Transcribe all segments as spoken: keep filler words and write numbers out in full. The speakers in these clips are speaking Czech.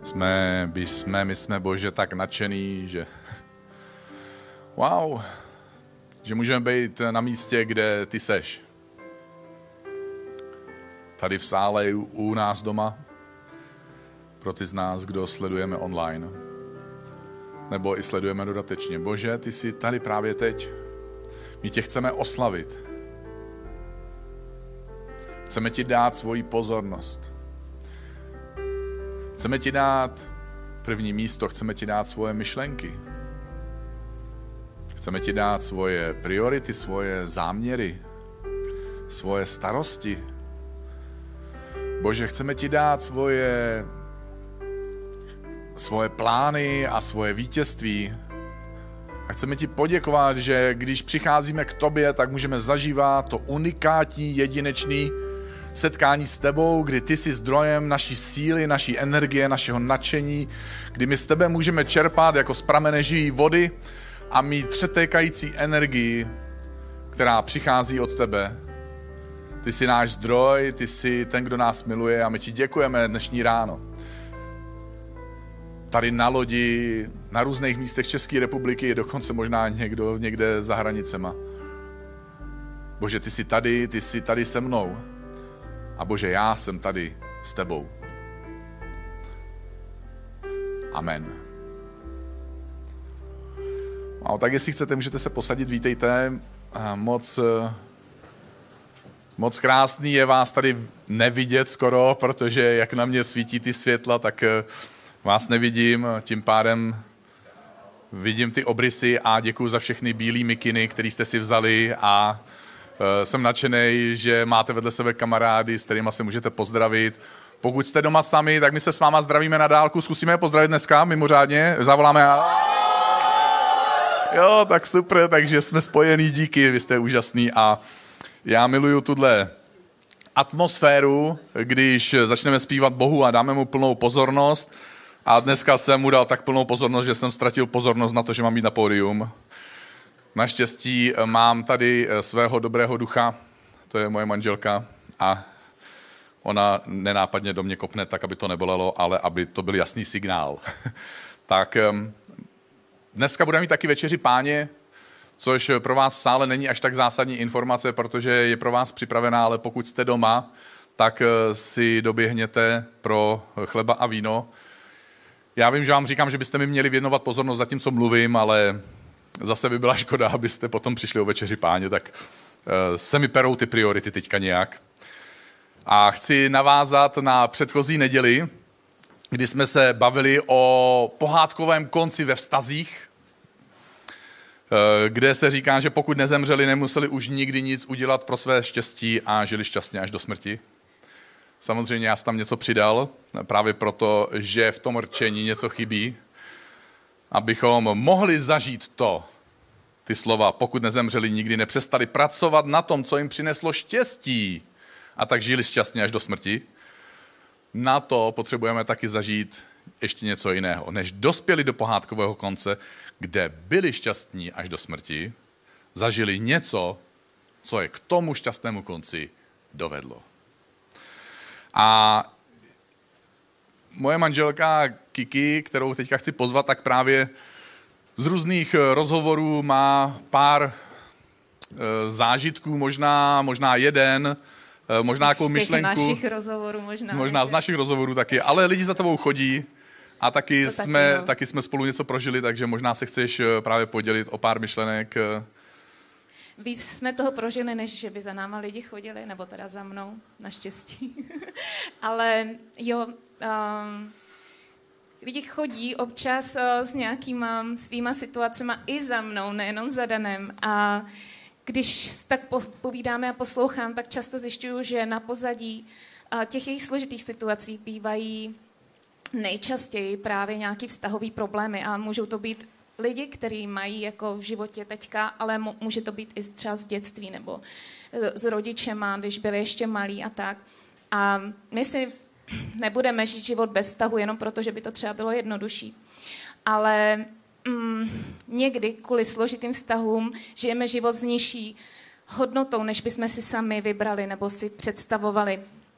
Jsme, by jsme, my jsme, Bože, tak nadšený, že wow, že můžeme být na místě, kde ty seš. Tady v sále u, u nás doma, pro ty z nás, kdo sledujeme online. Nebo i sledujeme dodatečně. Bože, ty jsi tady právě teď. My tě chceme oslavit. Chceme ti dát svoji pozornost. Chceme ti dát první místo, chceme ti dát svoje myšlenky. Chceme ti dát svoje priority, svoje záměry, svoje starosti. Bože, chceme ti dát svoje, svoje plány a svoje vítězství. A chceme ti poděkovat, že když přicházíme k tobě, tak můžeme zažívat to unikátní, jedinečný setkání s tebou, kdy ty jsi zdrojem naší síly, naší energie, našeho nadšení, kdy my s tebe můžeme čerpat jako z pramene živé vody a mít přetékající energii, která přichází od tebe. Ty jsi náš zdroj, ty jsi ten, kdo nás miluje a my ti děkujeme dnešní ráno. Tady na lodi, na různých místech České republiky je dokonce možná někdo někde za hranicema. Bože, ty jsi tady, ty jsi tady se mnou. A Bože, já jsem tady s tebou. Amen. A tak jestli chcete, můžete se posadit, vítejte. Moc, moc krásný je vás tady nevidět skoro, protože jak na mě svítí ty světla, tak vás nevidím, tím pádem vidím ty obrysy a děkuji za všechny bílý mikiny, které jste si vzali a jsem nadšenej, že máte vedle sebe kamarády, s kterými se můžete pozdravit. Pokud jste doma sami, tak my se s váma zdravíme na dálku. Zkusíme je pozdravit dneska mimořádně. Zavoláme a... Jo, tak super, takže jsme spojení, díky, vy jste úžasný a já miluju tuhle atmosféru, když začneme zpívat Bohu a dáme mu plnou pozornost. A dneska jsem mu dal tak plnou pozornost, že jsem ztratil pozornost na to, že mám jít na pódium. Naštěstí mám tady svého dobrého ducha, to je moje manželka a ona nenápadně do mě kopne tak, aby to nebolelo, ale aby to byl jasný signál. Tak dneska budeme mít taky večeři Páně, což pro vás v sále není až tak zásadní informace, protože je pro vás připravená, ale pokud jste doma, tak si doběhněte pro chleba a víno. Já vím, že vám říkám, že byste mi měli věnovat pozornost za tím, co mluvím, ale zase by byla škoda, abyste potom přišli o večeři Páně, tak se mi perou ty priority teďka nějak. A chci navázat na předchozí neděli, kdy jsme se bavili o pohádkovém konci ve vztazích, kde se říká, že pokud nezemřeli, nemuseli už nikdy nic udělat pro své štěstí a žili šťastně až do smrti. Samozřejmě já jsem tam něco přidal, právě proto, že v tom rčení něco chybí, abychom mohli zažít to, ty slova, pokud nezemřeli, nikdy nepřestali pracovat na tom, co jim přineslo štěstí a tak žili šťastně až do smrti. Na to potřebujeme taky zažít ještě něco jiného. Než dospěli do pohádkového konce, kde byli šťastní až do smrti, zažili něco, co je k tomu šťastnému konci dovedlo. A moje manželka Kiki, kterou teďka chci pozvat, tak právě z různých rozhovorů má pár zážitků, možná, možná jeden, možná nějakou myšlenku. Z našich rozhovorů možná. Možná z našich rozhovorů taky, ale lidi za tebou chodí a taky, jsme, taky, no. taky jsme spolu něco prožili, takže možná se chceš právě podělit o pár myšlenek. Víc jsme toho prožili, než že by za náma lidi chodili, nebo teda za mnou, naštěstí. Ale jo, um, lidi chodí občas uh, s nějakýma svýma situacemi i za mnou, nejenom za Danem. A když tak povídáme a poslouchám, tak často zjišťuju, že na pozadí uh, těch jejich složitých situací bývají nejčastěji právě nějaký vztahový problémy a můžou to být lidi, kteří mají jako v životě teďka, ale může to být i třeba z dětství nebo s rodičema, když byli ještě malí a tak. A my si nebudeme žít život bez vztahu jenom proto, že by to třeba bylo jednodušší. Ale mm, někdy kvůli složitým vztahům žijeme život s nižší hodnotou, než bychom si sami vybrali nebo si představovali.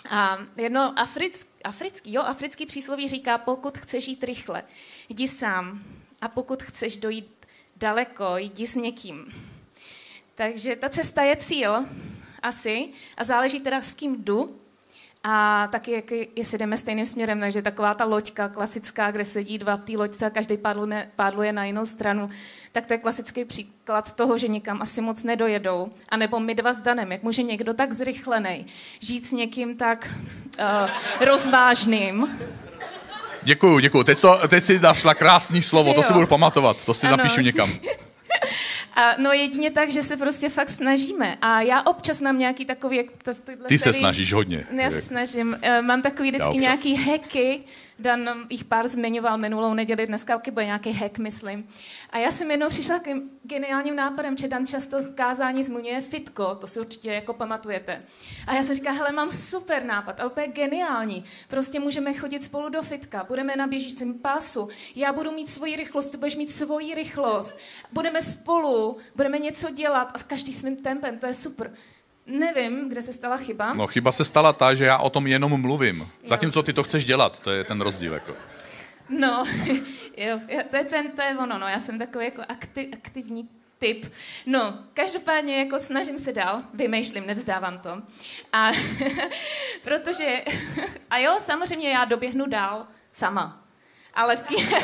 A jedno africk, africký, jo, africký přísloví říká, pokud chceš jít rychle, jdi sám. A pokud chceš dojít daleko, jdi s někým. Takže ta cesta je cíl, asi, a záleží teda, s kým jdu. A taky, jak, jestli jdeme stejným směrem, takže taková ta loďka klasická, kde sedí dva v té loďce a každý pádluje, pádluje na jinou stranu, tak to je klasický příklad toho, že někam asi moc nedojedou. A nebo my dva s Danem, jak může někdo tak zrychlený žít s někým tak uh, rozvážným. Děkuju, děkuju. Teď, to, teď si našla krásný slovo, to si budu pamatovat, to si ano, napíšu někam. A no jedině tak, že se prostě fakt snažíme. A já občas mám nějaký takový, jak to v téhle Ty se sérii, snažíš hodně. Já se snažím. Mám takový vždycky nějaký hacky. Dan jich pár zmiňoval minulou neděli, dneska taky bude nějaký hack, myslím. A já jsem jednou přišla takovým geniálním nápadem, že Dan často v kázání zmiňuje fitko, to si určitě jako pamatujete. A já jsem říkala, hele, mám super nápad, ale úplně geniální. Prostě můžeme chodit spolu do fitka, budeme na běžícím pásu, já budu mít svoji rychlost, ty budeš mít svoji rychlost, budeme spolu, budeme něco dělat a každý svým tempem, to je super. Nevím, kde se stala chyba. No chyba se stala ta, že já o tom jenom mluvím. Zatímco ty to chceš dělat, to je ten rozdíl. Jako. No, jo, to je, ten, to je ono, no, já jsem takový jako aktiv, aktivní typ. No, každopádně jako snažím se dál, vymýšlím, nevzdávám to. A protože, a jo, samozřejmě já doběhnu dál sama. Ale v knihe...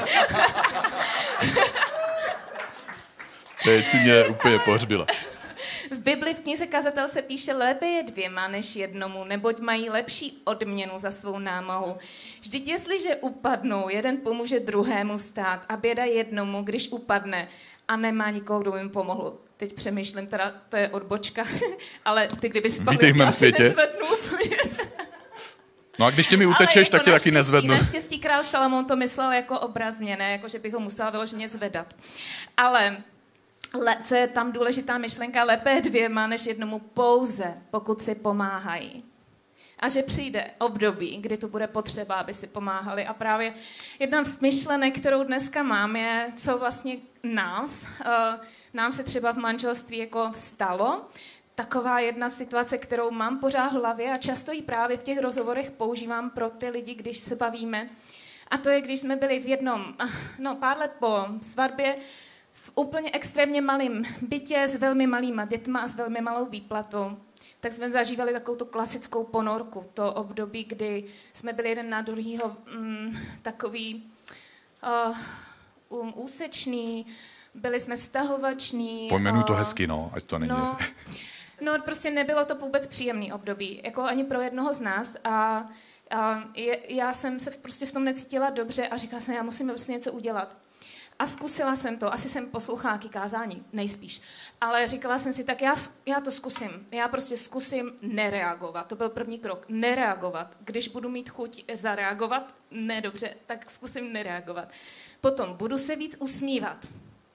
Teď si mě úplně pohřbila. V Bibli v knize Kazatel se píše, lépe je dvěma než jednomu, neboť mají lepší odměnu za svou námahu. Vždyť jestliže upadnou, jeden pomůže druhému stát a běda jednomu, když upadne a nemá nikoho, kdo by jim pomohl. Teď přemýšlím, teda to je odbočka, ale ty kdyby spadli, to asi nezvednu úplně. No a když ty mi utečeš, tak tě taky nezvednu. Naštěstí král Šalamón to myslel jako obrazně, ne jako že bych ho musela vyloženě zvedat. Ale... Le, co je tam důležitá myšlenka, lépe dvěma než jednomu pouze, pokud si pomáhají. A že přijde období, kdy to bude potřeba, aby si pomáhali. A právě jedna z myšlenek, kterou dneska mám, je, co vlastně nás, uh, nám se třeba v manželství jako stalo. Taková jedna situace, kterou mám pořád v hlavě a často ji právě v těch rozhovorech používám pro ty lidi, když se bavíme. A to je, když jsme byli v jednom, no pár let po svatbě, v úplně extrémně malém bytě s velmi malýma dětma a s velmi malou výplatou, tak jsme zažívali takovou tu klasickou ponorku, to období, kdy jsme byli jeden na druhýho mm, takový uh, um, úsečný, byli jsme vztahovační. Pojmenuj to hezky, no, ať to není. No, no, prostě nebylo to vůbec příjemný období, jako ani pro jednoho z nás a, a je, já jsem se prostě v tom necítila dobře a říkala jsem, já musím prostě něco udělat. A zkusila jsem to, asi jsem poslouchala nějaký kázání, nejspíš, ale říkala jsem si, tak já, já to zkusím, já prostě zkusím nereagovat, to byl první krok, nereagovat, když budu mít chuť zareagovat, ne dobře, tak zkusím nereagovat. Potom budu se víc usmívat.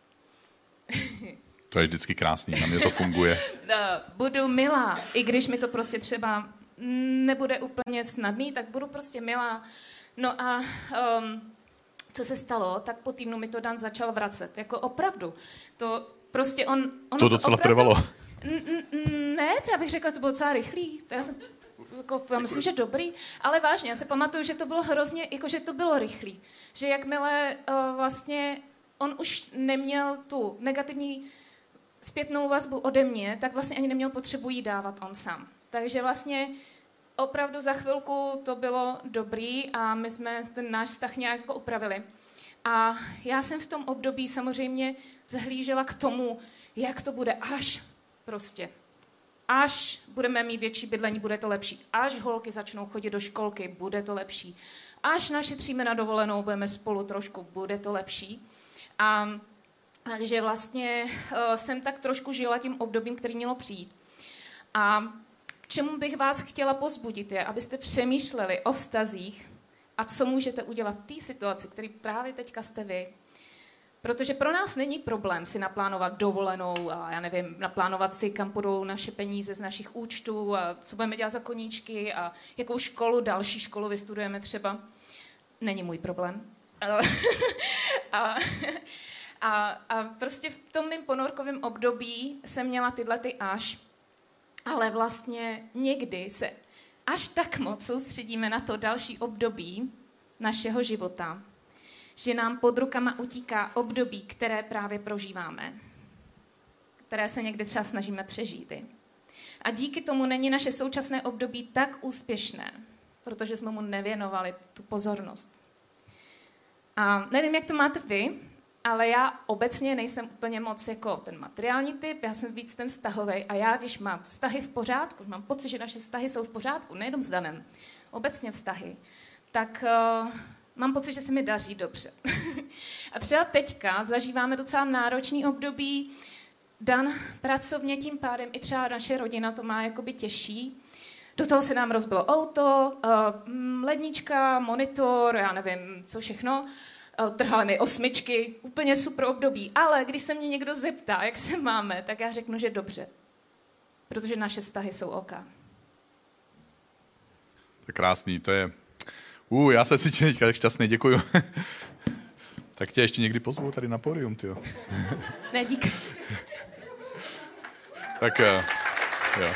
To je vždycky krásný, na mě to funguje. Budu milá, i když mi to prostě třeba nebude úplně snadný, tak budu prostě milá. No a... Um, co se stalo, tak po týdnu mi to Dan začal vracet. Jako opravdu. To prostě on... on to docela opravdu, trvalo. Ne, to já bych řekla, to bylo docela rychlý. To já, jsem, jako, já myslím, že dobrý. Ale vážně, já se pamatuju, že to bylo hrozně, jako že to bylo rychlý. Že jakmile uh, vlastně on už neměl tu negativní zpětnou vazbu ode mě, tak vlastně ani neměl potřebu jí dávat on sám. Takže vlastně... Opravdu za chvilku to bylo dobrý a my jsme ten náš vztah nějak jako upravili. A já jsem v tom období samozřejmě zahlížela k tomu, jak to bude až prostě. Až budeme mít větší bydlení, bude to lepší. Až holky začnou chodit do školky, bude to lepší. Až našetříme na dovolenou, budeme spolu trošku, bude to lepší. A takže vlastně uh, jsem tak trošku žila tím obdobím, který mělo přijít. A čemu bych vás chtěla pozbudit je, abyste přemýšleli o vztazích a co můžete udělat v té situaci, který právě teďka jste vy. Protože pro nás není problém si naplánovat dovolenou a já nevím, naplánovat si, kam půjdou naše peníze z našich účtů a co budeme dělat za koníčky a jakou školu, další školu vystudujeme třeba. Není můj problém. a, a, a prostě v tom mým ponorkovém období jsem měla tyhle ty až. Ale vlastně někdy se až tak moc soustředíme na to další období našeho života, že nám pod rukama utíká období, které právě prožíváme, které se někdy třeba snažíme přežít. A díky tomu není naše současné období tak úspěšné, protože jsme mu nevěnovali tu pozornost. A nevím, jak to máte vy, ale já obecně nejsem úplně moc jako ten materiální typ, já jsem víc ten vztahovej a já, když mám vztahy v pořádku, mám pocit, že naše vztahy jsou v pořádku, nejenom s Danem, obecně vztahy, tak uh, mám pocit, že se mi daří dobře. A třeba teďka zažíváme docela náročný období, Dan pracovně tím pádem, i třeba naše rodina to má jakoby těžší. Do toho se nám rozbilo auto, uh, lednička, monitor, já nevím, co všechno. Uh, trhali mi osmičky, úplně super období. Ale když se mě někdo zeptá, jak se máme, tak já řeknu, že dobře. Protože naše vztahy jsou OK. To je krásný, to je... Uh, já se cítím teďka tak šťastný, děkuju. Tak tě ještě někdy pozvu tady na pódium, tyjo. Ne, díky. Tak uh, jo.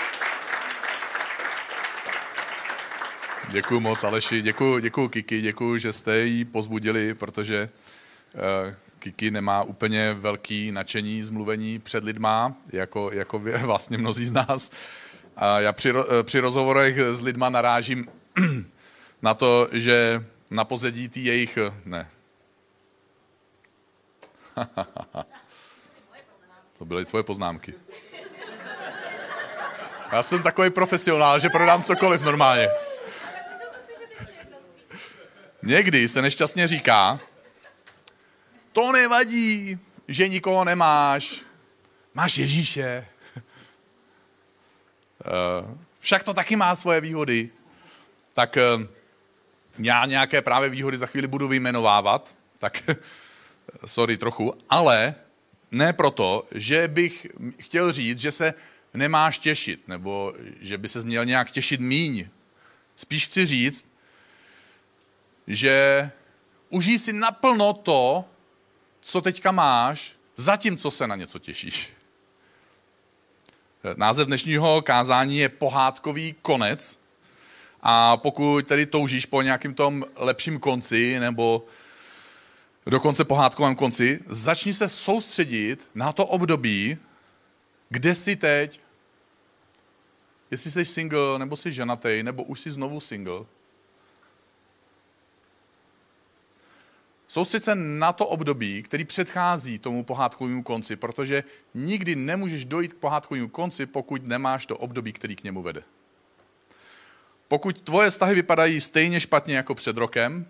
Děkuju moc, Aleši, děkuju, děkuju Kiki, děkuju, že jste ji pozbudili, protože uh, Kiki nemá úplně velký nadšení z mluvení před lidma, jako, jako vy, vlastně mnozí z nás. A já při, při rozhovorech s lidma narážím na to, že na pozadí tý jejich... Ne. To byly tvoje poznámky. Já jsem takový profesionál, že prodám cokoliv normálně. Někdy se nešťastně říká, to nevadí, že nikoho nemáš, máš Ježíše. Však to taky má svoje výhody. Tak já nějaké právě výhody za chvíli budu vyjmenovávat, tak sorry trochu, ale ne proto, že bych chtěl říct, že se nemáš těšit, nebo že by se měl nějak těšit míň. Spíš chci říct, že užij si naplno to, co teďka máš, zatímco se na něco těšíš. Název dnešního kázání je Pohádkový konec. A pokud tedy toužíš po nějakým tom lepším konci, nebo dokonce pohádkovém konci, začni se soustředit na to období, kde jsi teď. Jestli jsi single, nebo jsi ženatý, nebo už jsi znovu single. Soustřed se na to období, který předchází tomu pohádkovému konci, protože nikdy nemůžeš dojít k pohádkovému konci, pokud nemáš to období, který k němu vede. Pokud tvoje vztahy vypadají stejně špatně jako před rokem,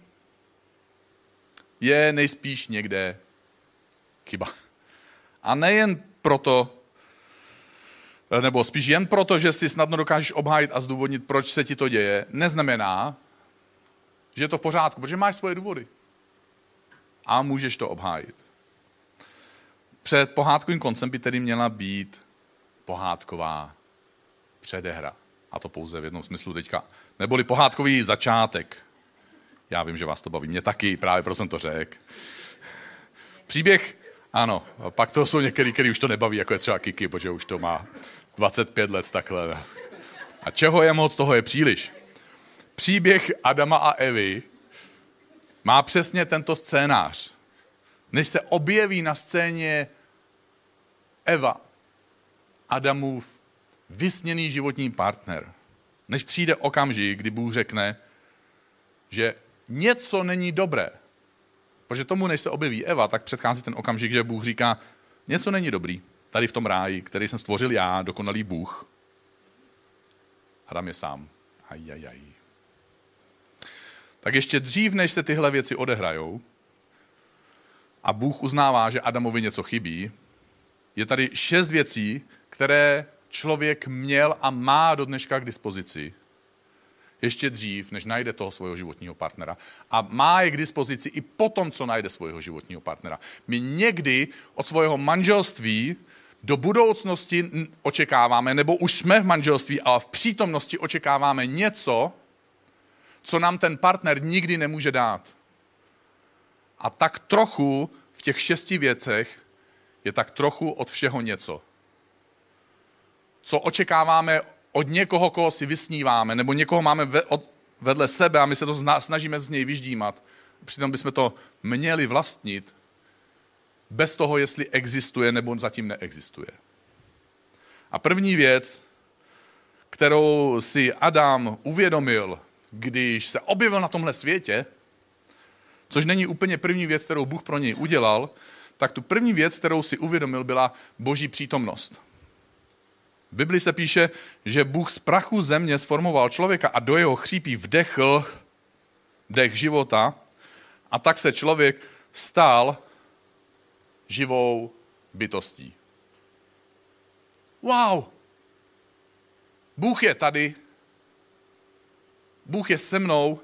je nejspíš někde chyba. A nejen proto, nebo spíš jen proto, že si snadno dokážeš obhájit a zdůvodnit, proč se ti to děje, neznamená, že je to v pořádku, protože máš svoje důvody. A můžeš to obhájit. Před pohádkovým koncem by tedy měla být pohádková předehra. A to pouze v jednom smyslu teďka. Neboli pohádkový začátek. Já vím, že vás to baví. Mě taky, právě proto jsem to řekl. Příběh, ano, pak to jsou některý, který už to nebaví, jako je třeba Kiki, protože už to má dvacet pět let takhle. A čeho je moc, toho je příliš. Příběh Adama a Evy má přesně tento scénář. Než se objeví na scéně Eva, Adamův vysněný životní partner, než přijde okamžik, kdy Bůh řekne, že něco není dobré. Protože tomu, než se objeví Eva, tak předchází ten okamžik, že Bůh říká, něco není dobrý. Tady v tom ráji, který jsem stvořil já, dokonalý Bůh. Adam je sám. Aj, aj, aj. Tak ještě dřív, než se tyhle věci odehrajou a Bůh uznává, že Adamovi něco chybí, je tady šest věcí, které člověk měl a má do dneška k dispozici. Ještě dřív, než najde toho svého životního partnera. A má je k dispozici i potom, co najde svého životního partnera. My někdy od svého manželství do budoucnosti očekáváme, nebo už jsme v manželství, ale v přítomnosti očekáváme něco, co nám ten partner nikdy nemůže dát. A tak trochu v těch šesti věcech je tak trochu od všeho něco. Co očekáváme od někoho, koho si vysníváme, nebo někoho máme ve, od, vedle sebe a my se to zna, snažíme z něj vyždímat. Přitom bychom to měli vlastnit bez toho, jestli existuje nebo zatím neexistuje. A první věc, kterou si Adam uvědomil, když se objevil na tomhle světě, což není úplně první věc, kterou Bůh pro něj udělal, tak tu první věc, kterou si uvědomil, byla Boží přítomnost. V Bibli se píše, že Bůh z prachu země sformoval člověka a do jeho chřípí vdechl dech života a tak se člověk stal živou bytostí. Wow! Bůh je tady. Bůh je se mnou.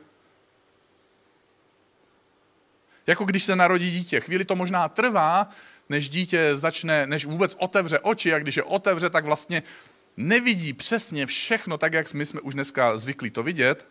Jako když se narodí dítě. Chvíli to možná trvá, než dítě začne, než vůbec otevře oči, a když je otevře, tak vlastně nevidí přesně všechno, tak jak my jsme už dneska zvyklí to vidět,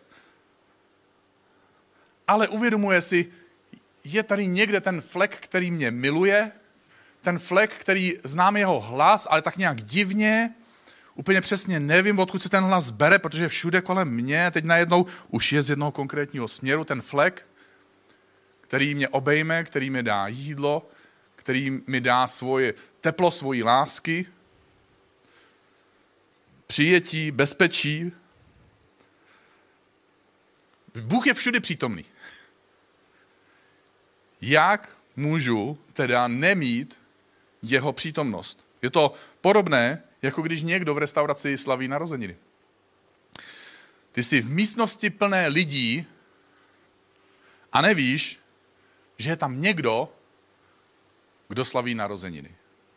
ale uvědomuje si, je tady někde ten flek, který mě miluje, ten flek, který znám jeho hlas, ale tak nějak divně, úplně přesně nevím, odkud se ten hlas bere, protože všude kolem mě, teď najednou už je z jednoho konkrétního směru ten flek, který mě obejme, který mi dá jídlo, který mi dá svoje teplo, svojí lásky, přijetí, bezpečí. Bůh je všude přítomný. Jak můžu teda nemít jeho přítomnost? Je to podobné, jako když někdo v restauraci slaví narozeniny. Ty jsi v místnosti plné lidí a nevíš, že je tam někdo, kdo slaví narozeniny.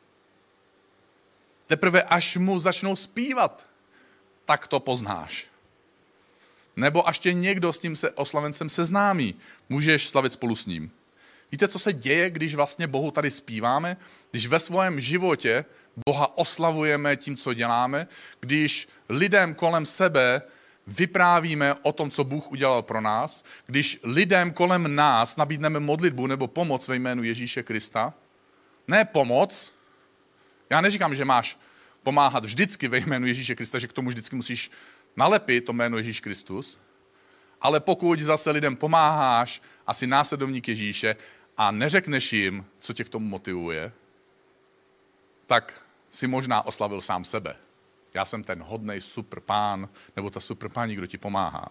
Teprve až mu začnou zpívat, tak to poznáš. Nebo až tě někdo s tím se oslavencem seznámí, můžeš slavit spolu s ním. Víte, co se děje, když vlastně Bohu tady zpíváme? Když ve svém životě Boha oslavujeme tím, co děláme, když lidem kolem sebe vyprávíme o tom, co Bůh udělal pro nás, když lidem kolem nás nabídneme modlitbu nebo pomoc ve jménu Ježíše Krista, ne pomoc, já neříkám, že máš pomáhat vždycky ve jménu Ježíše Krista, že k tomu vždycky musíš nalepit to jméno Ježíš Kristus, ale pokud zase lidem pomáháš a jsi následovník Ježíše a neřekneš jim, co tě k tomu motivuje, tak si možná oslavil sám sebe. Já jsem ten hodnej super pán, nebo ta super paní, kdo ti pomáhá.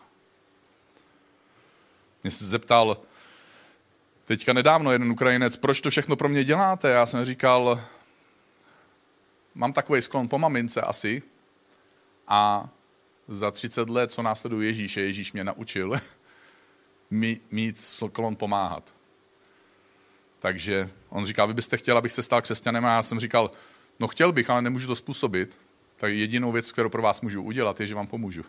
Mě se zeptal teďka nedávno jeden Ukrajinec, proč to všechno pro mě děláte? Já jsem říkal, mám takový sklon po mamince asi a za třicet let, co následuje Ježíše, Ježíš mě naučil mít sklon pomáhat. Takže on říkal, vy byste chtěl, abych se stal křesťanem, a já jsem říkal, no chtěl bych, ale nemůžu to způsobit. Tak jedinou věc, kterou pro vás můžu udělat, je, že vám pomůžu.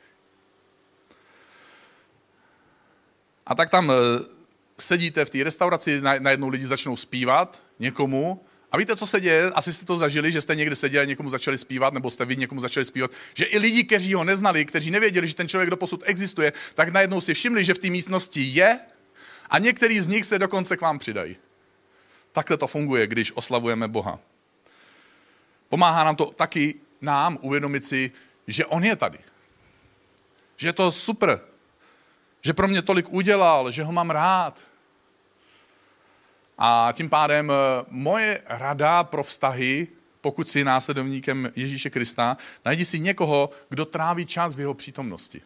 A tak tam sedíte v té restauraci, najednou lidi začnou zpívat někomu. A víte, co se děje? Asi jste to zažili, že jste někde seděli a někomu začali zpívat, nebo jste vy někomu začali zpívat, že i lidi, kteří ho neznali, kteří nevěděli, že ten člověk doposud existuje, tak najednou si všimli, že v té místnosti je a některý z nich se dokonce k vám přidají. Takhle to funguje, když oslavujeme Boha. Pomáhá nám to taky nám uvědomit si, že on je tady. Že je to super. Že pro mě tolik udělal, že ho mám rád. A tím pádem moje rada pro vztahy, pokud jsi následovníkem Ježíše Krista, najdi si někoho, kdo tráví čas v jeho přítomnosti.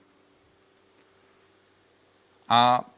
A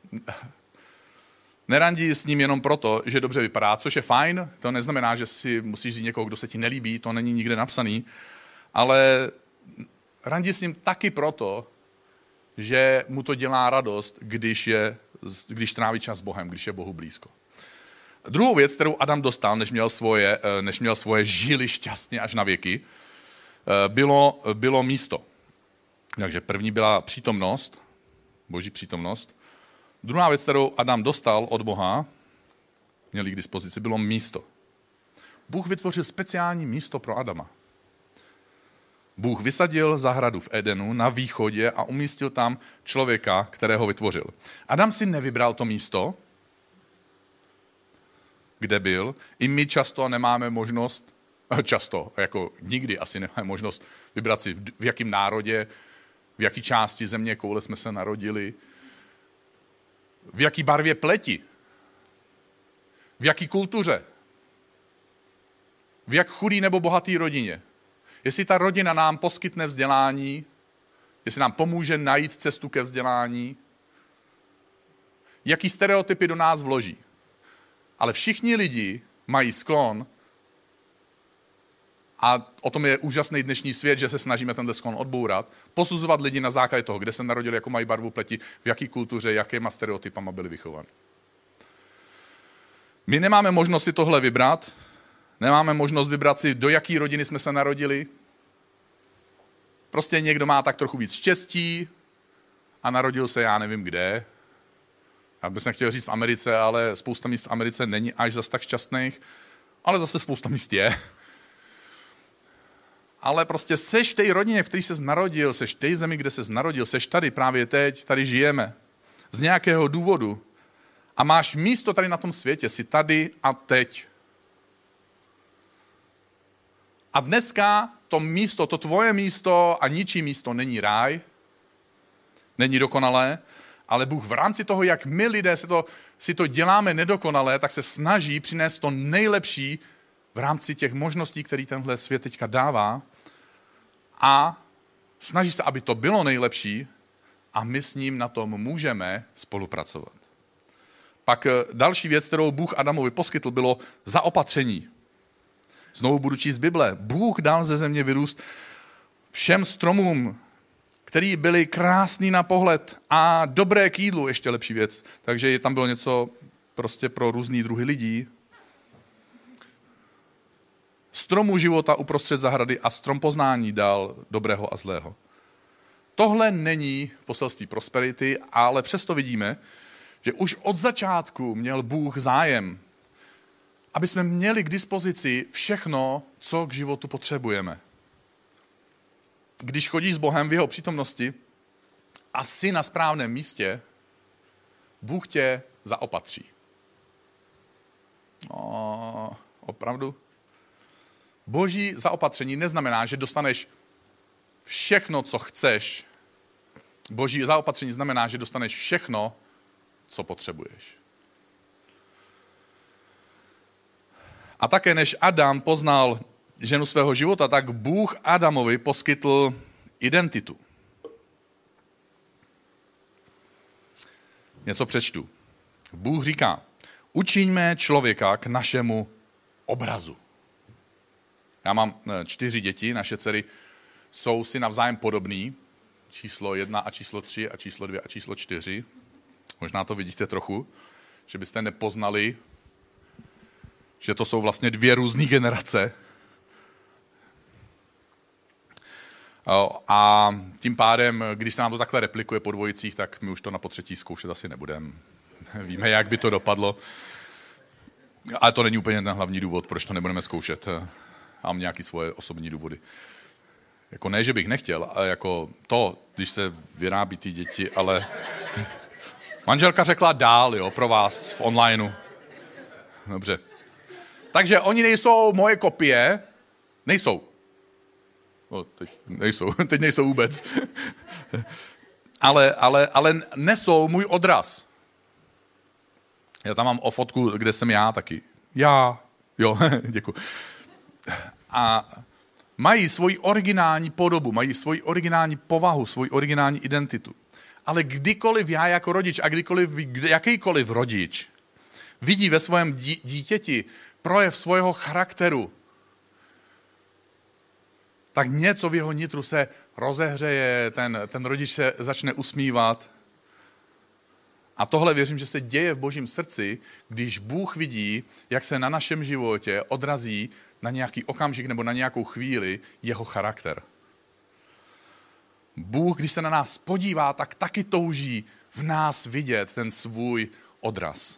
nerandi s ním jenom proto, že dobře vypadá, což je fajn, to neznamená, že si musíš říct někoho, kdo se ti nelíbí, to není nikde napsaný, ale randi s ním taky proto, že mu to dělá radost, když, je, když tráví čas s Bohem, když je Bohu blízko. Druhou věc, kterou Adam dostal, než měl svoje, než měl svoje žily šťastně až na věky, bylo, bylo místo. Takže první byla přítomnost, Boží přítomnost. Druhá věc, kterou Adam dostal od Boha, měli k dispozici, bylo místo. Bůh vytvořil speciální místo pro Adama. Bůh vysadil zahradu v Edenu na východě a umístil tam člověka, kterého vytvořil. Adam si nevybral to místo, kde byl. I my často nemáme možnost Často, jako nikdy asi nemáme možnost vybrat si, v jakém národě, v jaké části země koule jsme se narodili, v jaký barvě pleti, v jaký kultuře, v jak chudý nebo bohatý rodině. Jestli ta rodina nám poskytne vzdělání, jestli nám pomůže najít cestu ke vzdělání, jaký stereotypy do nás vloží. Ale všichni lidi mají sklon, a o tom je úžasný dnešní svět, že se snažíme tenhle sklon odbourat, posuzovat lidi na základě toho, kde se narodili, jako mají barvu pleti, v jaký kultuře, jakýma stereotypama byli vychováni. My nemáme možnost si tohle vybrat, nemáme možnost vybrat si, do jaký rodiny jsme se narodili. Prostě někdo má tak trochu víc štěstí a narodil se já nevím kde. Já bych nechtěl říct v Americe, ale spousta míst v Americe není až zas tak šťastných, ale zase spousta míst je. Ale prostě seš v té rodině, v které ses narodil, seš v té zemi, kde ses narodil, seš tady právě teď, tady žijeme. Z nějakého důvodu. A máš místo tady na tom světě, jsi tady a teď. A dneska to místo, to tvoje místo a ničí místo není ráj, není dokonalé, ale Bůh v rámci toho, jak my lidé si to, si to děláme nedokonalé, tak se snaží přinést to nejlepší v rámci těch možností, které tenhle svět teďka dává, a snaží se, aby to bylo nejlepší, a my s ním na tom můžeme spolupracovat. Pak další věc, kterou Bůh Adamovi poskytl, bylo zaopatření. Znovu budu číst z Bible. Bůh dal ze země vyrůst všem stromům, který byly krásný na pohled a dobré k jídlu, ještě lepší věc. Takže tam bylo něco prostě pro různý druhy lidí. Stromu života uprostřed zahrady a strom poznání dal dobrého a zlého. Tohle není poselství prosperity, ale přesto vidíme, že už od začátku měl Bůh zájem, aby jsme měli k dispozici všechno, co k životu potřebujeme. Když chodíš s Bohem v jeho přítomnosti a jsi na správném místě, Bůh tě zaopatří. O, opravdu? Boží zaopatření neznamená, že dostaneš všechno, co chceš. Boží zaopatření znamená, že dostaneš všechno, co potřebuješ. A také než Adam poznal ženu svého života, tak Bůh Adamovi poskytl identitu. Něco přečtu. Bůh říká, učiňme člověka k našemu obrazu. Já mám čtyři děti, naše dcery jsou si navzájem podobný. Číslo jedna a číslo tři a číslo dvě a číslo čtyři. Možná to vidíte trochu, že byste nepoznali, že to jsou vlastně dvě různé generace. A tím pádem, když se nám to takhle replikuje po dvojicích, tak my už to na potřetí zkoušet asi nebudeme. Víme, jak by to dopadlo. Ale to není úplně ten hlavní důvod, proč to nebudeme zkoušet. Mám nějaké svoje osobní důvody. Jako ne, že bych nechtěl, ale jako to, když se vyrábí ty děti, ale manželka řekla dál, jo, pro vás v onlineu. Dobře. Takže oni nejsou moje kopie, nejsou. No, teď nejsou, teď nejsou vůbec. ale, ale, ale nesou můj odraz. Já tam mám o fotku, kde jsem já taky. Já. Jo, děkuji. A mají svoji originální podobu, mají svoji originální povahu, svoji originální identitu. Ale kdykoliv já jako rodič a kdykoliv jakýkoliv rodič vidí ve svém dítěti projev svého charakteru, tak něco v jeho nitru se rozehřeje, ten, ten rodič se začne usmívat. A tohle věřím, že se děje v Božím srdci, když Bůh vidí, jak se na našem životě odrazí na nějaký okamžik nebo na nějakou chvíli jeho charakter. Bůh, když se na nás podívá, tak taky touží v nás vidět ten svůj odraz.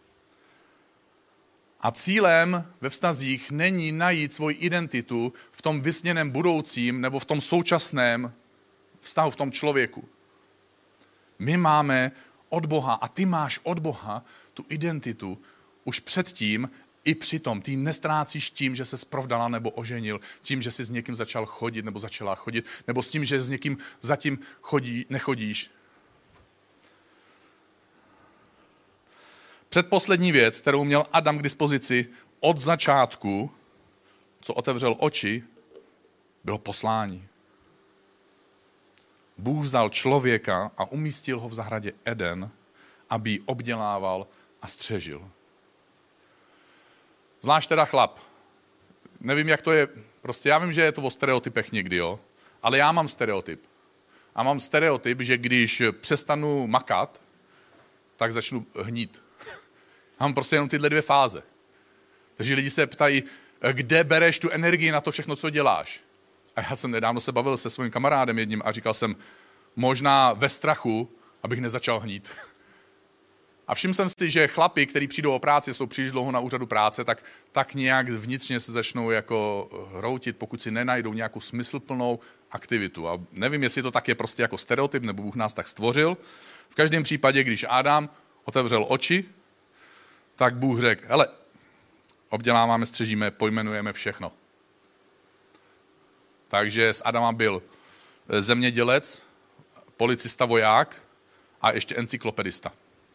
A cílem ve vztazích není najít svoji identitu v tom vysněném budoucím nebo v tom současném vztahu, v tom člověku. My máme od Boha a ty máš od Boha tu identitu už předtím, i přitom ty nestrácíš tím, že se sprovdala nebo oženil, tím, že jsi s někým začal chodit nebo začala chodit, nebo s tím, že s někým zatím chodí, nechodíš. Předposlední věc, kterou měl Adam k dispozici od začátku, co otevřel oči, bylo poslání. Bůh vzal člověka a umístil ho v zahradě Eden, aby ji obdělával a střežil. Zvlášť teda chlap. Nevím, jak to je. Prostě já vím, že je to o stereotypech někdy, jo. Ale já mám stereotyp. A mám stereotyp, že když přestanu makat, tak začnu hnít. Mám prostě jenom tyhle dvě fáze. Takže lidi se ptají, kde bereš tu energii na to všechno, co děláš. A já jsem nedávno se bavil se svým kamarádem jedním a říkal jsem, možná ve strachu, abych nezačal hnít. A všiml jsem si, že chlapi, kteří přijdou o práci, jsou příliš dlouho na úřadu práce, tak, tak nějak vnitřně se začnou jako hroutit, pokud si nenajdou nějakou smysluplnou aktivitu. A nevím, jestli to tak je prostě jako stereotyp, nebo Bůh nás tak stvořil. V každém případě, když Adam otevřel oči, tak Bůh řekl, hele, obděláváme, střežíme, pojmenujeme všechno. Takže z Adama byl zemědělec, policista, voják a ještě encyklopedista.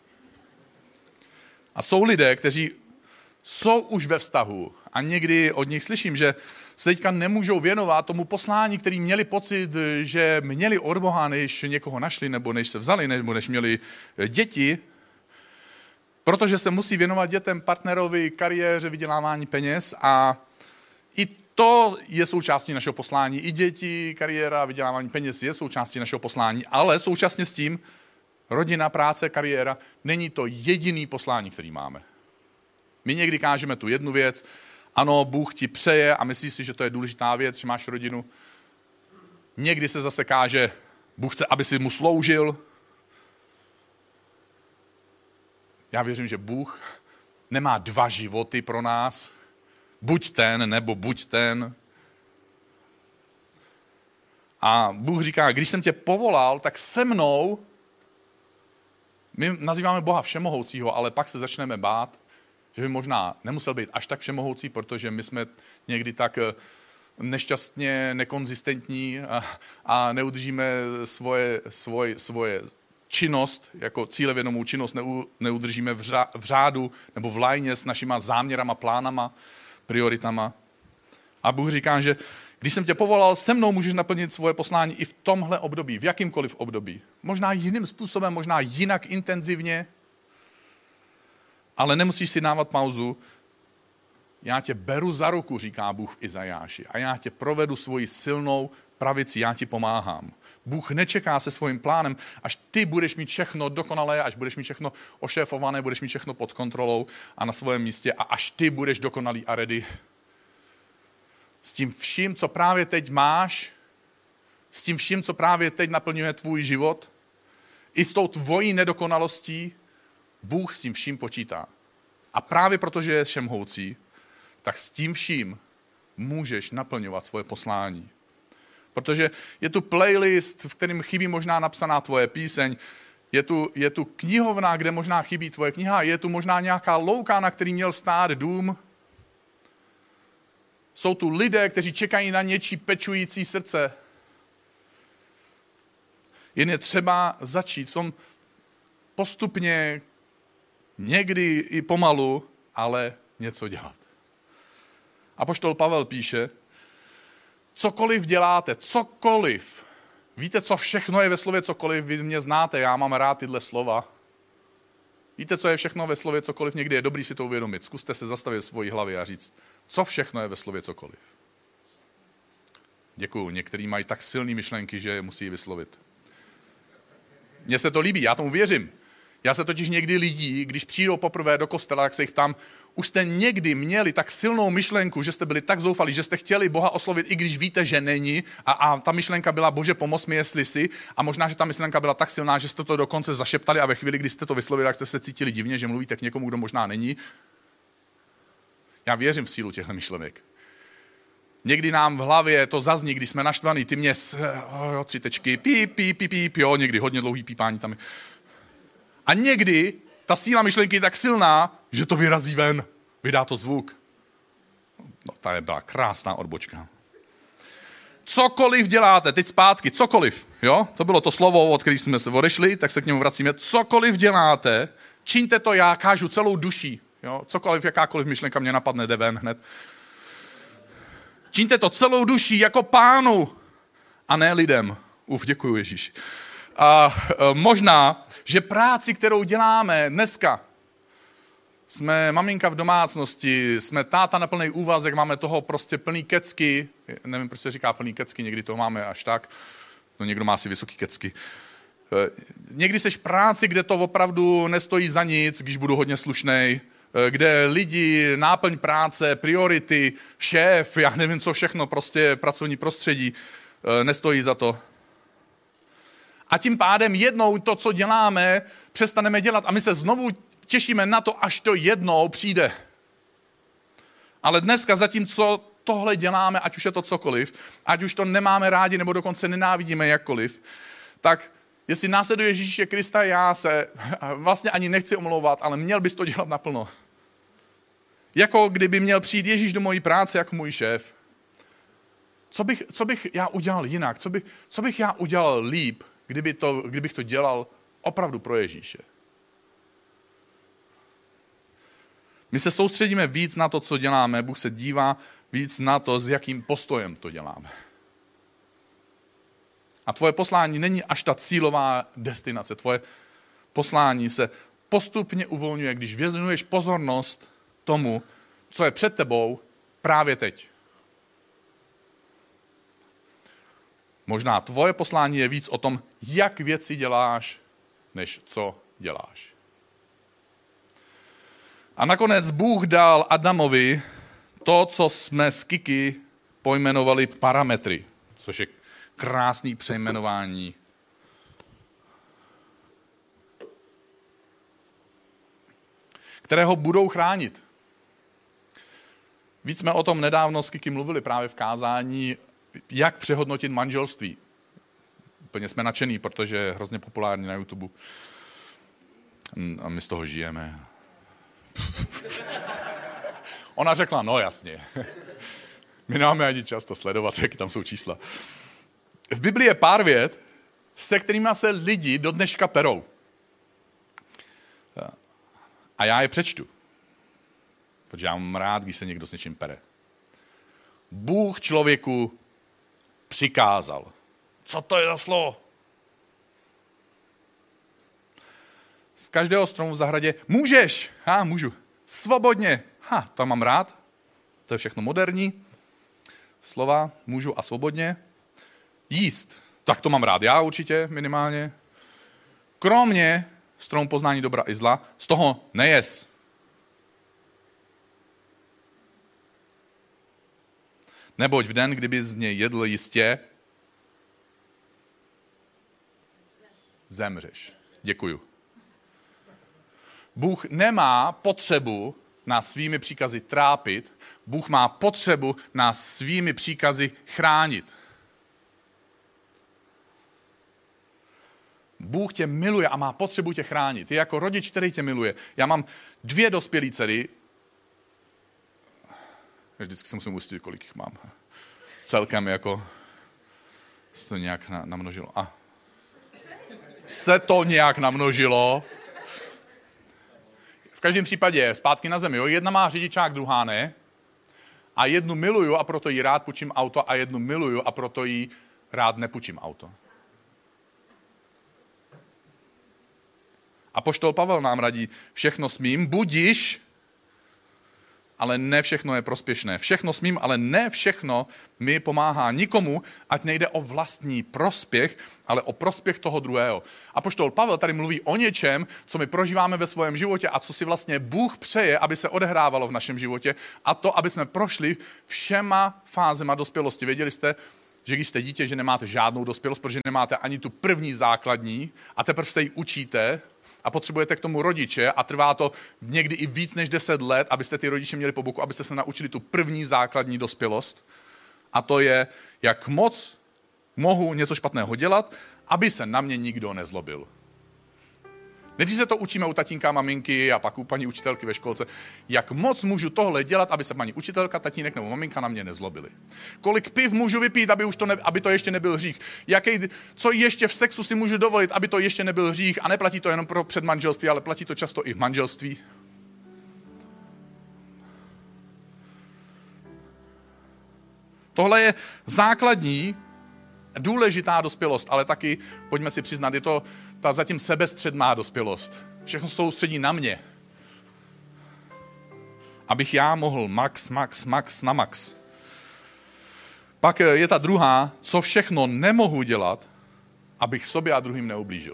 A jsou lidé, kteří jsou už ve vztahu a někdy od nich slyším, že se teďka nemůžou věnovat tomu poslání, který měli pocit, že měli od Boha, než někoho našli, nebo než se vzali, nebo než měli děti, protože se musí věnovat dětem, partnerovi, kariéře, vydělávání peněz a i to je součástí našeho poslání. I děti, kariéra, vydělávání peněz je součástí našeho poslání, ale současně s tím rodina, práce, kariéra není to jediný poslání, který máme. My někdy kážeme tu jednu věc, ano, Bůh ti přeje a myslíš si, že to je důležitá věc, že máš rodinu. Někdy se zase káže, Bůh chce, aby si mu sloužil. Já věřím, že Bůh nemá dva životy pro nás, buď ten, nebo buď ten. A Bůh říká, když jsem tě povolal, tak se mnou, my nazýváme Boha všemohoucího, ale pak se začneme bát, že by možná nemusel být až tak všemohoucí, protože my jsme někdy tak nešťastně nekonzistentní a, a neudržíme svoje, svoje, svoje činnost, jako cílevědomou činnost, neu, neudržíme v, řá, v řádu nebo v lajně s našima záměrama, plánama, prioritama. A Bůh říká, že když jsem tě povolal, se mnou můžeš naplnit svoje poslání i v tomhle období, v jakýmkoliv období. Možná jiným způsobem, možná jinak intenzivně, ale nemusíš si dávat pauzu. Já tě beru za ruku, říká Bůh v Izajáši, a já tě provedu svoji silnou pravici, já ti pomáhám. Bůh nečeká se svým plánem, až ty budeš mít všechno dokonalé, až budeš mít všechno ošéfované, budeš mít všechno pod kontrolou a na svém místě a až ty budeš dokonalý a ready. S tím vším, co právě teď máš, s tím vším, co právě teď naplňuje tvůj život, i s tou tvojí nedokonalostí, Bůh s tím vším počítá. A právě protože je všemohoucí, tak s tím vším můžeš naplňovat svoje poslání. Protože je tu playlist, v kterém chybí možná napsaná tvoje píseň, je tu, je tu knihovna, kde možná chybí tvoje kniha, je tu možná nějaká louka, na který měl stát dům. Jsou tu lidé, kteří čekají na něčí pečující srdce. Jen je třeba začít v tom postupně, někdy i pomalu, ale něco dělat. Apoštol Pavel píše, cokoliv děláte, cokoliv. Víte, co všechno je ve slově cokoliv? Vy mě znáte, já mám rád tyhle slova. Víte, co je všechno ve slově cokoliv? Někdy je dobrý si to uvědomit. Zkuste se zastavit v svojí hlavě a říct, co všechno je ve slově cokoliv. Děkuju. Někteří mají tak silné myšlenky, že je musí vyslovit. Mně se to líbí, já tomu věřím. Já se totiž někdy lidí, když přijdou poprvé do kostela, tak se jich tam, už jste někdy měli tak silnou myšlenku, že jste byli tak zoufalí, že jste chtěli Boha oslovit, i když víte, že není. A, a ta myšlenka byla, Bože, pomoz mi, jestli si. A možná, že ta myšlenka byla tak silná, že jste to dokonce zašeptali a ve chvíli, kdy jste to vyslovili, tak jste se cítili divně, že mluvíte k někomu, kdo možná není. Já věřím v sílu těchto myšlenek. Někdy nám v hlavě to zazní, když jsme naštvaný, ty mě, jo, tři tečky, píp, píp, píp, píp, jo, někdy hodně dlouhý pípání tam je. A někdy ta síla myšlenky je tak silná, že to vyrazí ven. Vydá to zvuk. No, ta byla krásná odbočka. Cokoliv děláte, teď zpátky, cokoliv, jo? To bylo to slovo, od kterého jsme se odešli, tak se k němu vracíme. Cokoliv děláte, čiňte to, já kážu celou duší, jo? Cokoliv, jakákoliv myšlenka mě napadne, jde ven hned. Čiňte to celou duší jako Pánu a ne lidem. Uf, děkuju Ježíši. A e, možná, že práci, kterou děláme dneska, jsme maminka v domácnosti, jsme táta na plný úvazek, máme toho prostě plný kecky, nevím, proč se říká plný kecky, někdy toho máme až tak, no někdo má si vysoký kecky. Někdy seš v práci, kde to opravdu nestojí za nic, když budu hodně slušnej, kde lidi, náplň práce, priority, šéf, já nevím co všechno, prostě pracovní prostředí, nestojí za to. A tím pádem jednou to, co děláme, přestaneme dělat a my se znovu těšíme na to, až to jednou přijde. Ale dneska zatímco tohle děláme, ať už je to cokoliv, ať už to nemáme rádi, nebo dokonce nenávidíme jakkoliv, tak jestli následuje Ježíše Krista, já se vlastně ani nechci omlouvat, ale měl bys to dělat naplno. Jako kdyby měl přijít Ježíš do mojí práce jako můj šéf. Co bych, co bych já udělal jinak? Co bych, co bych já udělal líp, kdyby to, kdybych to dělal opravdu pro Ježíše? My se soustředíme víc na to, co děláme, Bůh se dívá víc na to, s jakým postojem to děláme. A tvoje poslání není až ta cílová destinace. Tvoje poslání se postupně uvolňuje, když věnuješ pozornost tomu, co je před tebou právě teď. Možná tvoje poslání je víc o tom, jak věci děláš, než co děláš. A nakonec Bůh dal Adamovi to, co jsme s Kiki pojmenovali parametry, což je krásný přejmenování. Které ho budou chránit. Víc jsme o tom nedávno s Kiki mluvili právě v kázání, jak přehodnotit manželství. Úplně jsme nadšený, protože je hrozně populární na YouTube. A my z toho žijeme. Ona řekla, no jasně. My nemáme ani čas to sledovat, jaký tam jsou čísla. V Biblii je pár vět, se kterými se lidi do dneška perou. A já je přečtu. Protože já mám rád, když se někdo s něčím pere. Bůh člověku přikázal. Co to je za slovo? Z každého stromu v zahradě můžeš. Ha, můžu. Svobodně. Ha, to mám rád. To je všechno moderní. Slova můžu a svobodně. Jíst. Tak to mám rád já určitě, minimálně. Kromě stromu poznání dobra i zla, z toho nejes. Neboť v den, kdyby z něj jedl jistě, zemřeš. Děkuju. Bůh nemá potřebu nás svými příkazy trápit, Bůh má potřebu nás svými příkazy chránit. Bůh tě miluje a má potřebu tě chránit. Je jako rodič, který tě miluje. Já mám dvě dospělé dcery. Vždycky se musím ujistit, kolik jich mám. Celkem jako se to nějak namnožilo. A se to nějak namnožilo. V každém případě zpátky na zemi. Jo? Jedna má řidičák, druhá ne. A jednu miluju a proto jí rád půjčím auto a jednu miluju a proto jí rád nepůjčím auto. Apoštol Pavel nám radí, všechno smím, budiš, ale ne všechno je prospěšné. Všechno smím, ale ne všechno mi pomáhá nikomu, ať nejde o vlastní prospěch, ale o prospěch toho druhého. Apoštol Pavel tady mluví o něčem, co my prožíváme ve svém životě a co si vlastně Bůh přeje, aby se odehrávalo v našem životě, a to, aby jsme prošli všema fázema dospělosti. Věděli jste, že když jste dítě, že nemáte žádnou dospělost, protože nemáte ani tu první základní a teprve se ji učíte, a potřebujete k tomu rodiče a trvá to někdy i víc než deset let, abyste ty rodiče měli po boku, abyste se naučili tu první základní dospělost. A to je, jak moc mohu něco špatného dělat, aby se na mě nikdo nezlobil. Nejdřív se to učíme u tatínka, maminky a pak u paní učitelky ve školce. Jak moc můžu tohle dělat, aby se paní učitelka, tatínek nebo maminka na mě nezlobili? Kolik piv můžu vypít, aby, už to, ne, aby to ještě nebyl hřích? Jaký, co ještě v sexu si můžu dovolit, aby to ještě nebyl hřích? A neplatí to jenom pro předmanželství, ale platí to často i v manželství. Tohle je základní, důležitá dospělost, ale taky, pojďme si přiznat, je to ta zatím sebestředná dospělost. Všechno soustředí na mě. Abych já mohl max, max, max na max. Pak je ta druhá, co všechno nemohu dělat, abych sobě a druhým neublížil.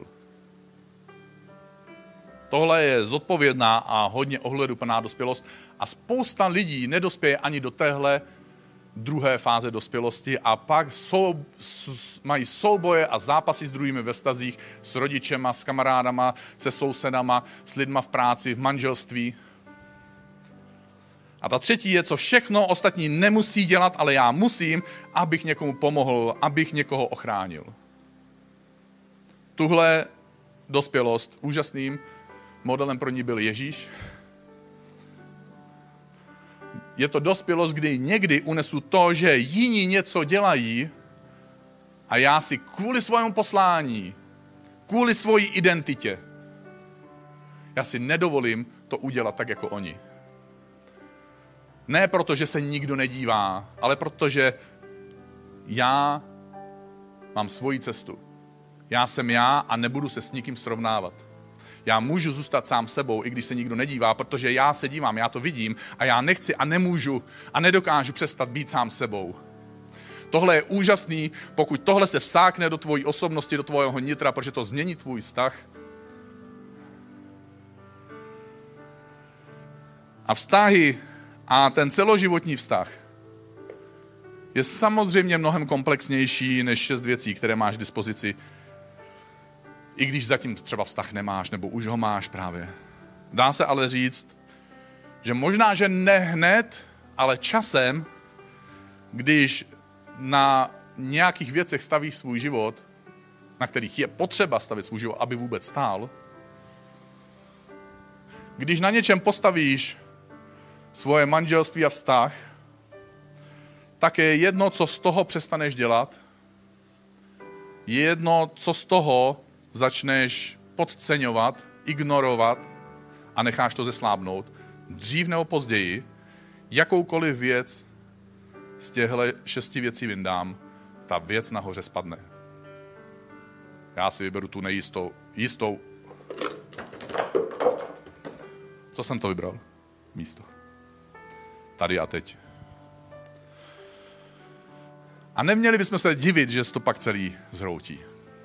Tohle je zodpovědná a hodně ohleduplná dospělost a spousta lidí nedospěje ani do téhle druhé fáze dospělosti a pak sou, s, mají souboje a zápasy s druhými ve vztazích, s rodičema, s kamarádama, se sousedama, s lidma v práci, v manželství. A ta třetí je, co všechno ostatní nemusí dělat, ale já musím, abych někomu pomohl, abych někoho ochránil. Tuhle dospělost úžasným modelem pro ní byl Ježíš. Je to dospělost, kdy někdy unesu to, že jiní něco dělají a já si kvůli svému poslání, kvůli svojí identitě, já si nedovolím to udělat tak jako oni. Ne proto, že se nikdo nedívá, ale protože já mám svoji cestu. Já jsem já a nebudu se s nikým srovnávat. Já můžu zůstat sám sebou, i když se nikdo nedívá, protože já se dívám, já to vidím a já nechci a nemůžu a nedokážu přestat být sám sebou. Tohle je úžasný, pokud tohle se vsákne do tvojí osobnosti, do tvojho nitra, protože to změní tvůj vztah. A vztahy a ten celoživotní vztah je samozřejmě mnohem komplexnější než šest věcí, které máš k dispozici. I když zatím třeba vztah nemáš, nebo už ho máš právě. Dá se ale říct, že možná, že ne hned, ale časem, když na nějakých věcech stavíš svůj život, na kterých je potřeba stavit svůj život, aby vůbec stál, když na něčem postavíš svoje manželství a vztah, tak je jedno, co z toho přestaneš dělat, je jedno, co z toho začneš podceňovat, ignorovat a necháš to zeslábnout, dřív nebo později, jakoukoliv věc z těchto šesti věcí vyndám, ta věc nahoře spadne. Já si vyberu tu nejistou, jistou. Co jsem to vybral? Místo. Tady a teď. A neměli bychom se divit, že se to pak celý zhroutí.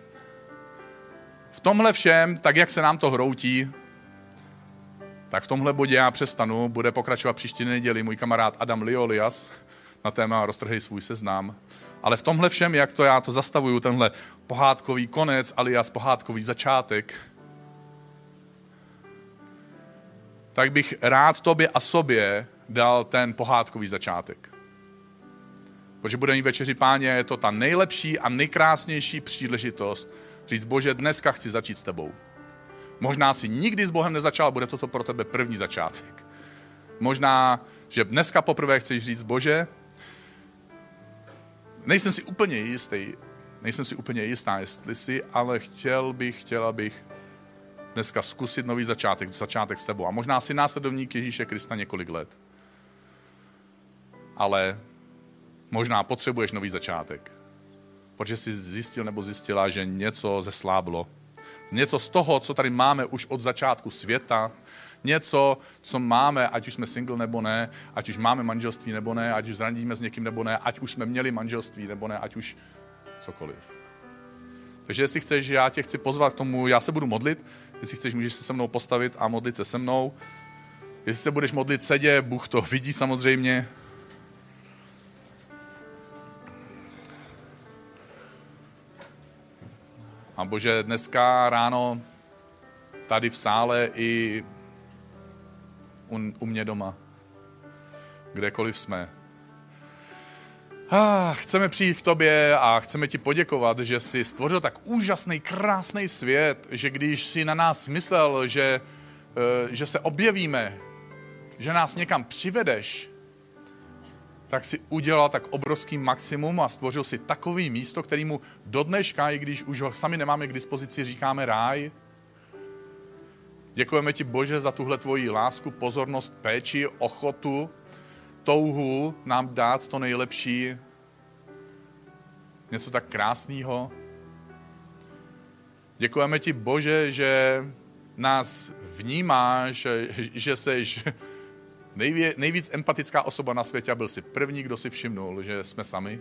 V tomhle všem, tak jak se nám to hroutí, tak v tomhle bodě já přestanu, bude pokračovat příští neděli můj kamarád Adam Liolias na téma Roztrhej svůj seznam. Ale v tomhle všem, jak to já to zastavuju, tenhle pohádkový konec alias pohádkový začátek, tak bych rád tobě a sobě dal ten pohádkový začátek. Protože bude mít večeři Páně, je to ta nejlepší a nejkrásnější příležitost říct, Bože, dneska chci začít s tebou. Možná si nikdy s Bohem nezačal, bude toto pro tebe první začátek. Možná, že dneska poprvé chceš říct, Bože, nejsem si úplně jistý, nejsem si úplně jistá, jestli si, ale chtěl bych, chtěla bych dneska zkusit nový začátek, začátek s tebou. A možná si následovník Ježíše Krista několik let. Ale možná potřebuješ nový začátek. Protože jsi zjistil nebo zjistila, že něco zesláblo. Něco z toho, co tady máme už od začátku světa, něco, co máme, ať už jsme single nebo ne, ať už máme manželství nebo ne, ať už zraníme s někým nebo ne, ať už jsme měli manželství nebo ne, ať už cokoliv. Takže jestli chceš, já tě chci pozvat k tomu, já se budu modlit, jestli chceš, můžeš se se mnou postavit a modlit se se mnou. Jestli se budeš modlit sedě, Bůh to vidí samozřejmě. A Bože, dneska ráno tady v sále i u, u mě doma, kdekoliv jsme. Ah, chceme přijít k tobě a chceme ti poděkovat, že jsi stvořil tak úžasný, krásný svět, že když jsi na nás myslel, že, že se objevíme, že nás někam přivedeš, tak si udělal tak obrovský maximum a stvořil si takový místo, kterému do dneška, i když už ho sami nemáme k dispozici, říkáme ráj. Děkujeme ti, Bože, za tuhle tvoji lásku, pozornost, péči, ochotu, touhu nám dát to nejlepší, něco tak krásného. Děkujeme ti, Bože, že nás vnímáš, že, že seš nejvě, nejvíc empatická osoba na světě a byl jsi první, kdo si všimnul, že jsme sami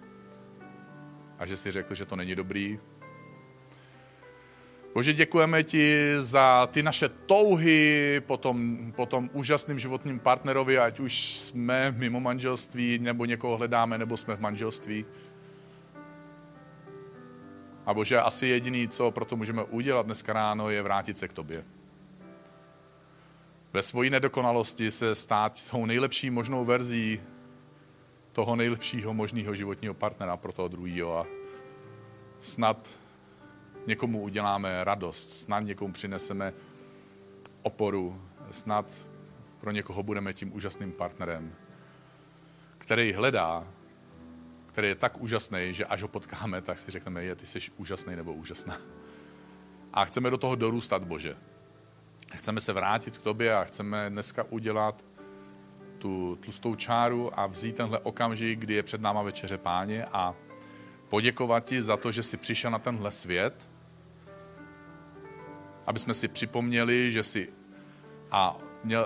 a že si řekl, že to není dobrý. Bože, děkujeme ti za ty naše touhy po tom, po tom úžasným životním partnerovi, ať už jsme mimo manželství, nebo někoho hledáme, nebo jsme v manželství. A Bože, asi jediný, co proto můžeme udělat dneska ráno, je vrátit se k tobě. Ve svojí nedokonalosti se stát tou nejlepší možnou verzí toho nejlepšího možného životního partnera pro toho druhého a snad někomu uděláme radost, snad někomu přineseme oporu, snad pro někoho budeme tím úžasným partnerem, který hledá, který je tak úžasný, že až ho potkáme, tak si řekneme, je, ty jsi úžasný nebo úžasná. A chceme do toho dorůstat, Bože. Chceme se vrátit k tobě a chceme dneska udělat tu tlustou čáru a vzít tenhle okamžik, kdy je před náma večeře Páně a poděkovat ti za to, že jsi přišel na tenhle svět, aby jsme si připomněli, že jsi a měl,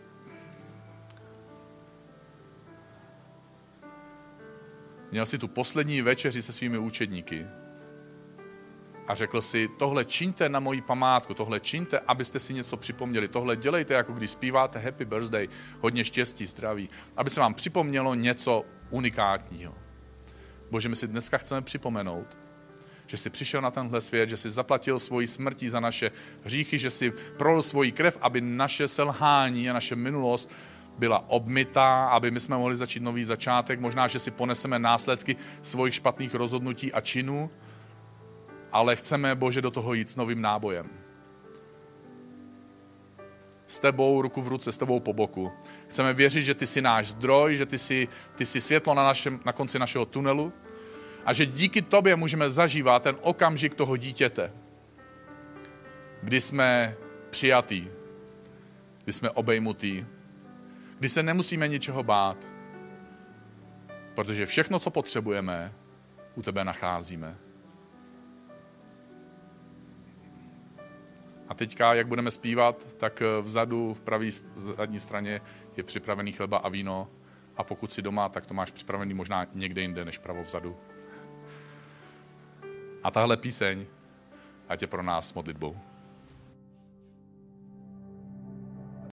měl jsi tu poslední večeři se svými učedníky a řekl si, tohle čiňte na moji památku, tohle čiňte, abyste si něco připomněli, tohle dělejte, jako když zpíváte Happy Birthday, hodně štěstí, zdraví, aby se vám připomnělo něco unikátního. Bože, my si dneska chceme připomenout, že jsi přišel na tenhle svět, že jsi zaplatil svoji smrtí za naše hříchy, že jsi prolil svoji krev, aby naše selhání a naše minulost byla obmytá, aby my jsme mohli začít nový začátek. Možná, že si poneseme následky svojich špatných rozhodnutí a činů, ale chceme, Bože, do toho jít s novým nábojem. S tebou ruku v ruce, s tebou po boku. Chceme věřit, že ty jsi náš zdroj, že ty jsi, ty jsi světlo na, našem, na konci našeho tunelu a že díky tobě můžeme zažívat ten okamžik toho dítěte, kdy jsme přijatí, kdy jsme obejmutí, kdy se nemusíme ničeho bát, protože všechno, co potřebujeme, u tebe nacházíme. A teďka, jak budeme zpívat, tak vzadu v pravé zadní straně je připravený chleba a víno a pokud jsi doma, tak to máš připravený možná někde jinde než pravo vzadu. A tahle píseň ať je pro nás modlitbou.